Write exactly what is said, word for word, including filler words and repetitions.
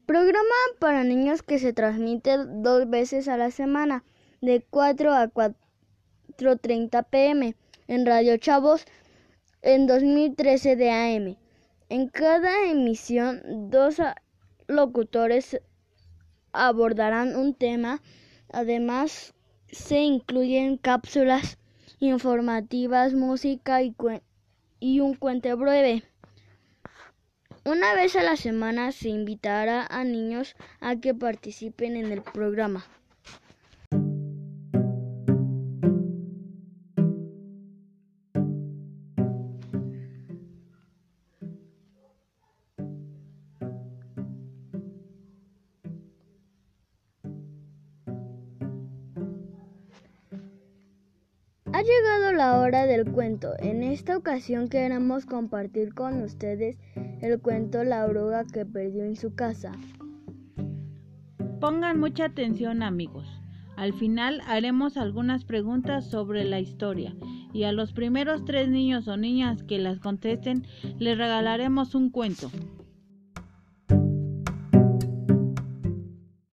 Programa para niños que se transmite dos veces a la semana, de cuatro a cuatro treinta pm, en Radio Chavos, en dos mil trece de A M. En cada emisión, dos locutores abordarán un tema. Además, se incluyen cápsulas informativas, música y, y un cuento breve. Una vez a la semana se invitará a niños a que participen en el programa. Ha llegado la hora del cuento. En esta ocasión queremos compartir con ustedes el cuento La oruga que perdió en su casa. Pongan mucha atención, amigos. Al final haremos algunas preguntas sobre la historia y a los primeros tres niños o niñas que las contesten les regalaremos un cuento.